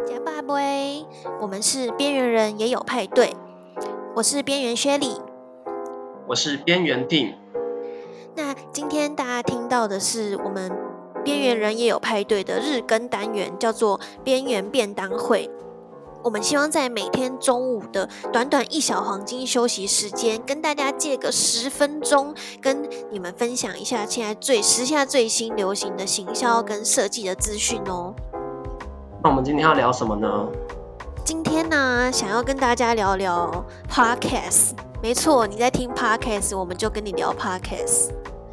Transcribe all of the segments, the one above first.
假爸杯，我们是边缘人也有派对。我是边缘薛莉， 我是边缘 Tim。 那今天大家听到的是我们边缘人也有派对的日更单元，叫做边缘便当会。我们希望在每天中午的短短1小黄金休息时间，跟大家借个10分钟，跟你们分享一下现在时下最新流行的行销跟设计的资讯哦。 那我们今天要聊什么呢？ 今天呢，想要跟大家聊聊 Podcast。没错，你在听 Podcast， 我们就跟你聊 Podcast。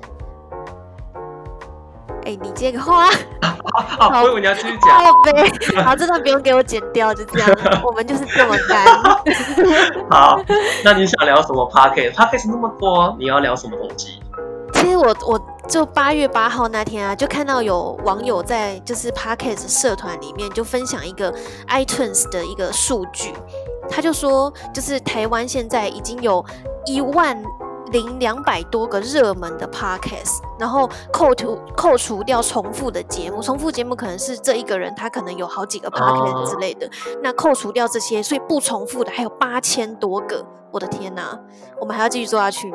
你接个话。 我以为你要继续讲。 好呗，好，这段不用给我剪掉，就这样，我们就是这么干。 好，那你想聊什么 Podcast 那么多，你要聊什么东西？ 其实我就8月8号那天啊，就看到有网友在就是 Podcast 社团里面就分享一个 iTunes 的一个数据，他就说，就是台湾现在已经有10200多个热门的 Podcast， 然后扣除掉重复的节目，重复节目可能是这一个人他可能有好几个 Podcast 之类的，那扣除掉这些，所以不重复的还有8000多个。我的天哪，我们还要继续做下去吗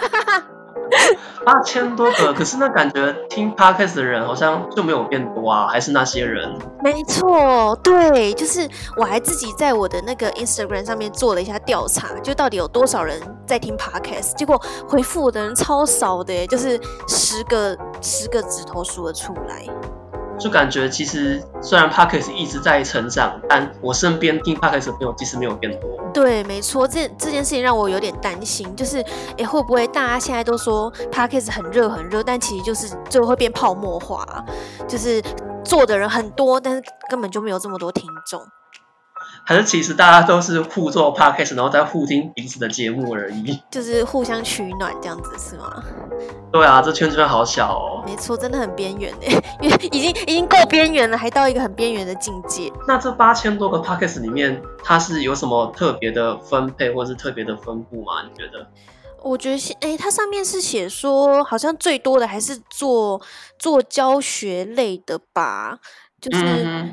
？8000多个，可是那感觉听 Podcast 的人好像就没有变多啊，还是那些人？ 没错，对，就是我还自己在我的那个 Instagram 上面做了一下调查，就到底有多少人在听 Podcast， 结果回复我的人超少的，就是10个指头数得出来。 就感觉其实虽然 Podcast 一直在成长，但我身边听 Podcast 的朋友其实没有变多。 对，没错，这件事情让我有点担心，就是会不会大家现在都说 Podcast 很热很热，但其实就是最后会变泡沫化，就是做的人很多，但是根本就没有这么多听众。 还是其实大家都是互做 podcast， 然后再互听彼此的节目而已， 就是互相取暖这样子是吗？ 对啊，这圈圈好小哦。 没错，真的很边缘因为已经够边缘了，还到一个很边缘的境界。 那这8000多个 podcast 里面，它是有什么特别的分配或是特别的分布吗？你觉得？ 我觉得它上面是写说，好像最多的还是做教学类的吧。就是、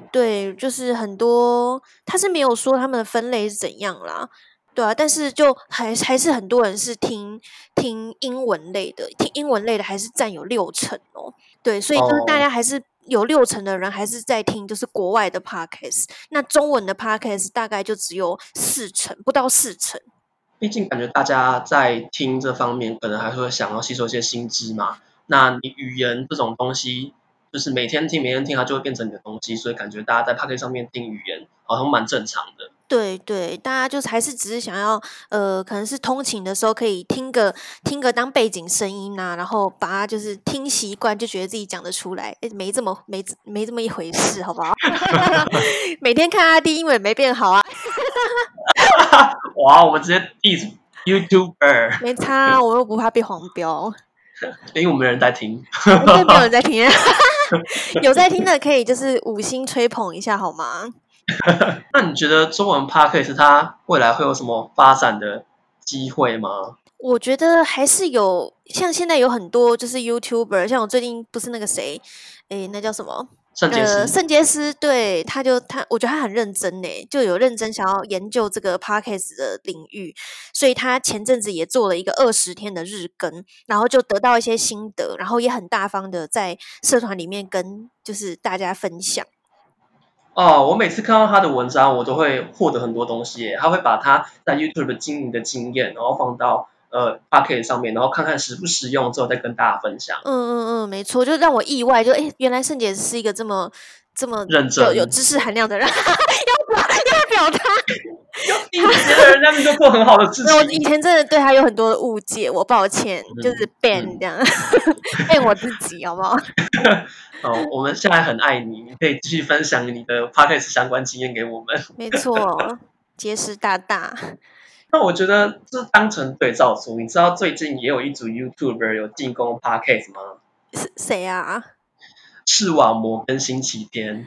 对，就是很多，他是没有说他们的分类是怎样啦，对啊，但是就还是很多人是听英文类的，听英文类的还是占有60%哦，对，所以就是大家还是有60%的人还是在听就是国外的 podcast， 那中文的 podcast 大概就只有4%，不到4%。 毕竟感觉大家在听这方面，可能还会想要吸收一些新知嘛。那你语言这种东西，就是每天听，它就会变成你的东西，所以感觉大家在 podcast 上面听语言，好像蛮正常的。 对对，大家就是还是只是想要，可能是通勤的时候可以听个当背景声音啊，然后把它就是听习惯，就觉得自己讲得出来，没这么一回事，好不好？每天看阿弟英文没变好啊。 哇，我们直接 diss YouTuber， 没差，我又不怕被黄标， 因为我们没人在听， 对，没有人在听，有在听的可以就是5星吹捧一下好吗？ 那你觉得中文 podcast 它未来会有什么发展的机会吗？ 我觉得还是有，像现在有很多就是 YouTuber， 像我最近不是那个谁，那叫什么？圣杰斯，对，我觉得他很认真呢，就有认真想要研究这个 podcast 的领域，所以他前阵子也做了一个20天的日更，然后就得到一些心得，然后也很大方的在社团里面跟就是大家分享。 我每次看到他的文章，我都会获得很多东西耶。他会把他在 YouTube 经营的经验，然后放到podcast 上面，然后看看实不实用，之后再跟大家分享。 没错，就让我意外，就原来圣杰是一个这么认真有知识含量的人，要表达。 以前人家就做很好的事情。 我以前真的对他有很多的误解，我抱歉，就是 ban 这样ban 我自己，好不好？ 我们现在很爱你，你可以继续分享你的 podcast 相关经验给我们。 没错，结识大大。 那我觉得这当成对照组，你知道最近也有一组 YouTuber 有进攻 podcast 吗？ 是谁啊？ 视网膜跟星期天。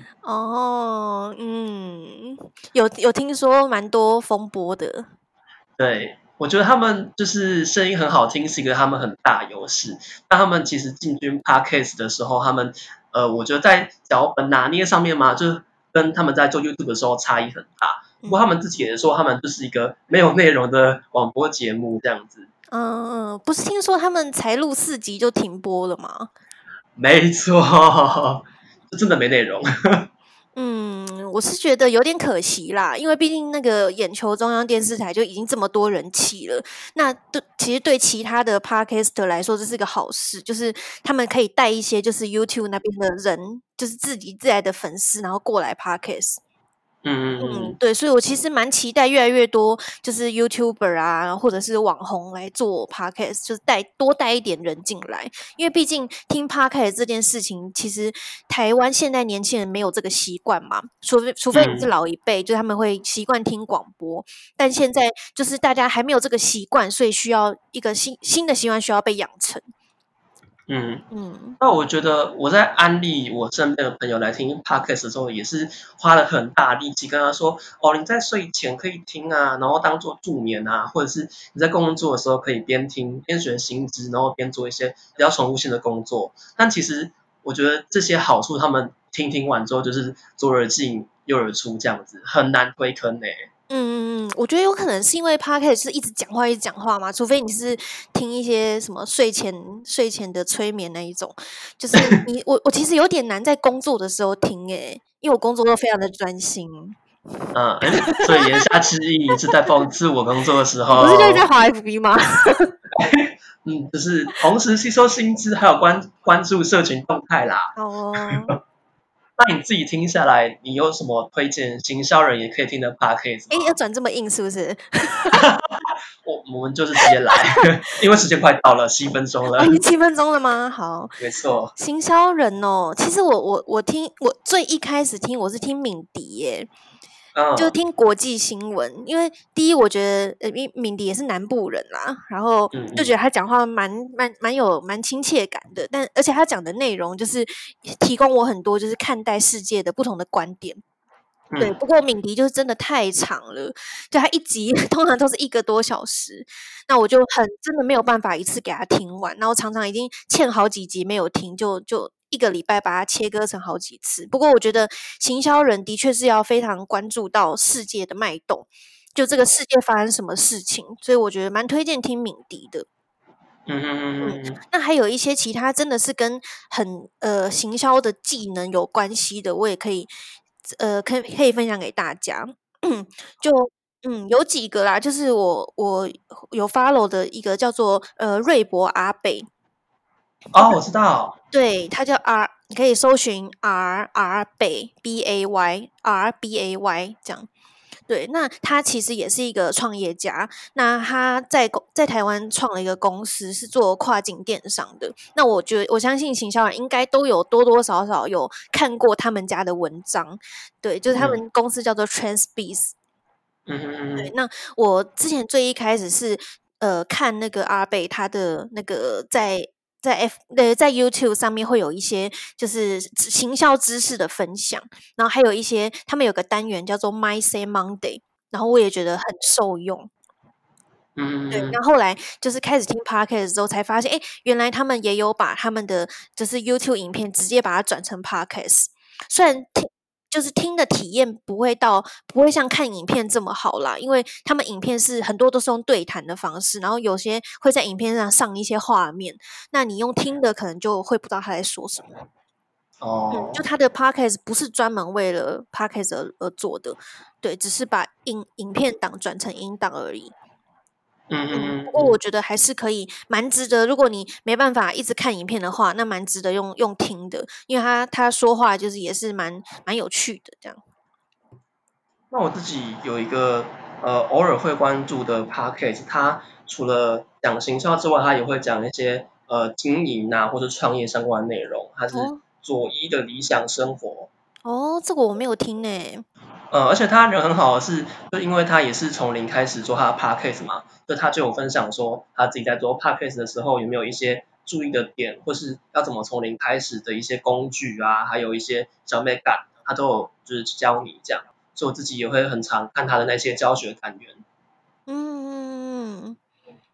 有听说蛮多风波的。 对，我觉得他们就是声音很好听，是一个他们很大优势。但他们其实进军 podcast 的时候，他们我觉得在脚本拿捏上面嘛，就是跟他们在做 YouTube 的时候差异很大。不过他们自己也说，他们就是一个没有内容的广播节目这样子。 不是听说他们才录4集就停播了吗？ 没错，真的没内容。 我是觉得有点可惜啦，因为毕竟那个眼球中央电视台就已经这么多人气了，那其实对其他的 Podcaster 来说这是个好事，就是他们可以带一些就是 YouTube 那边的人，就是自己自来的粉丝，然后过来 Podcast。对，所以我其实蛮期待越来越多就是 YouTuber 啊，或者是网红来做 Podcast，就是多带一点人进来，因为毕竟听 Podcast 这件事情，其实台湾现在年轻人没有这个习惯嘛，除非你是老一辈，就他们会习惯听广播，但现在就是大家还没有这个习惯，所以需要一个新的习惯需要被养成。 那我觉得我在安利我身边的朋友来听 Podcast 的时候，也是花了很大力气跟他说，你在睡前可以听啊，然后当做助眠啊，或者是你在工作的时候可以边听边学新知，然后边做一些比较重复性的工作。但其实我觉得这些好处，他们听完之后就是左耳进右耳出这样子，很难推坑我觉得有可能是因为 Podcast 是一直讲话嘛，除非你是听一些什么睡前的催眠那一种，就是我其实有点难在工作的时候听因为我工作都非常的专心。 所以言下之意你是在讽刺我工作的时候， 不是就是在滑 FB 吗？ 就是同时吸收新知，还有关注社群动态啦。那你自己听下来，你有什么推荐行销人也可以听的 podcast 吗？ 要转这么硬是不是？ 我们就是直接来，因为时间快到了，7分钟了。 已经7分钟了吗？好， 没错。 行销人其实我最一开始听我是听敏迪耶。就听国际新闻，因为第一我觉得敏迪也是南部人啦，然后就觉得他讲话蛮亲切感的，而且他讲的内容就是提供我很多就是看待世界的不同的观点。对，不过敏迪就是真的太长了，就他一集通常都是1个多小时，那我就真的没有办法一次给他听完，然后常常已经欠好几集没有听，就1个礼拜把它切割成好几次。不过我觉得行销人的确是要非常关注到世界的脉动，就这个世界发生什么事情，所以我觉得蛮推荐听敏迪的。那还有一些其他真的是跟行销的技能有关系的，我也可以可以分享给大家。就有几个啦，就是我有 follow 的一个叫做瑞博阿贝。 我知道。 对，他叫你可以搜寻 R 贝 BAY 这样。对，那他其实也是一个创业家，那他在台湾创了一个公司，是做跨境电商的。那我相信行销人应该都有多多少少有看过他们家的文章。对，就是他们公司叫做 Transbiz。对，那我之前最一开始是看那个阿贝他的那个在 YouTube 上面会有一些就是行销知识的分享，然后还有一些他们有个单元叫做 My Say Monday， 然后我也觉得很受用。对，那后来就是开始听 Podcast 之后，才发现，原来他们也有把他们的就是 YouTube 影片直接把它转成 Podcast， 虽然听的体验不会像看影片这么好啦，因为他们影片是很多都是用对谈的方式，然后有些会在影片上上一些画面，那你用听的可能就会不知道他在说什么。就他的 Podcast 不是专门为了 Podcast 而做的，对，只是把影片档转成音档而已。不过我觉得还是可以蛮值得，如果你没办法一直看影片的话，那蛮值得用听的，因为他说话就是也是蛮有趣的这样。 那我自己有一个偶尔会关注的 podcast， 他除了讲行销之外，他也会讲一些经营啊或者创业相关的内容，他是佐伊的理想生活。 这个我没有听而且他人很好的是，就因为他也是从零开始做他的 podcast 嘛，所以他就有分享说他自己在做 podcast 的时候有没有一些注意的点，或是要怎么从零开始的一些工具啊，还有一些小美感，他都有就是教你这样，所以我自己也会很常看他的那些教学单元。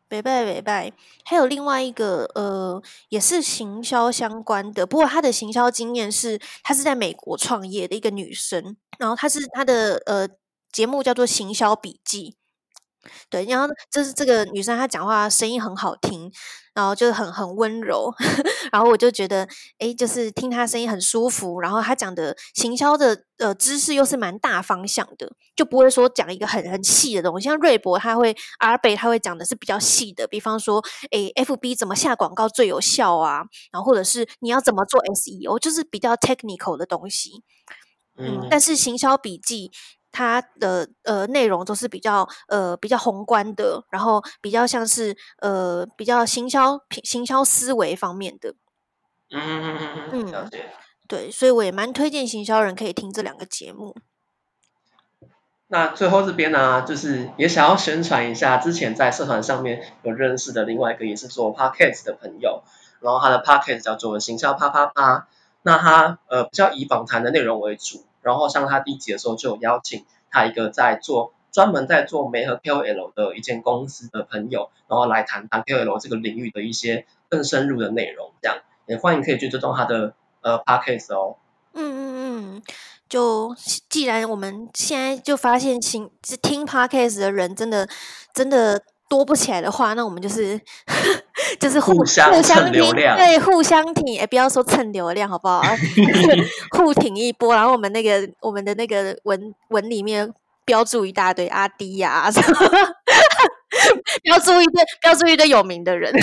北拜北拜，还有另外一个也是行销相关的，不过她的行销经验是她是在美国创业的一个女生，然后她的节目叫做行销笔记。对，然后这个女生她讲话声音很好听，然后就很温柔，然后我就觉得，就是听她声音很舒服，然后她讲的行销的知识又是蛮大方向的，就不会说讲一个很细的东西。像瑞博阿贝他会讲的是比较细的，比方说FB 怎么下广告最有效啊，然后或者是你要怎么做 SEO，就是比较 technical 的东西。但是行销笔记它的内容都是比较宏观的，然后比较像是比较行销思维方面的。 了解。 对，所以我也蛮推荐行销人可以听这2个节目。 那最后这边呢，就是也想要宣传一下，之前在社团上面有认识的另外一个也是做 podcast 的朋友，然后他的 podcast 叫做行销啪啪啪。那他比较以访谈的内容为主，然后像他第1集的时候就有邀请他一个专门在做媒合 KOL 的一间公司的朋友，然后来谈 KOL 这个领域的一些更深入的内容，这样也欢迎可以去追踪他的podcast 哦。 就既然我们现在就发现听 podcast 的人真的多不起来的话，那我们就是互相蹭流量， 对，互相挺，不要说蹭流量好不好？互挺一波，然后我们的那个文里面标注一大堆阿迪呀，标注一堆有名的人。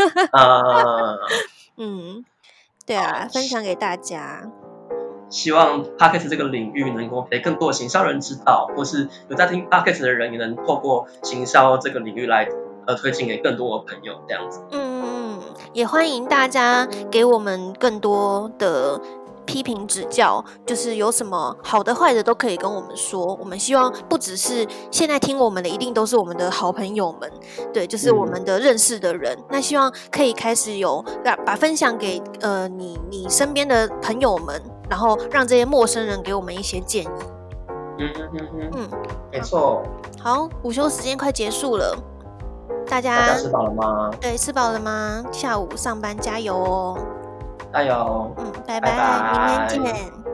对啊，分享给大家。 希望 Podcast 这个领域能够被更多行销人知道，或是有在听 Podcast 的人也能透过行销这个领域来推荐给更多的朋友，这样子。 也欢迎大家给我们更多的批评指教，就是有什么好的坏的都可以跟我们说。我们希望不只是现在听我们的一定都是我们的好朋友们，对，就是我们的认识的人。那希望可以开始把分享给你身边的朋友们，然后让这些陌生人给我们一些建议。 没错。 好，午休时间快结束了，大家吃饱了吗？ 对，吃饱了吗？下午上班加油哦！ 加油！ 拜拜，明天见。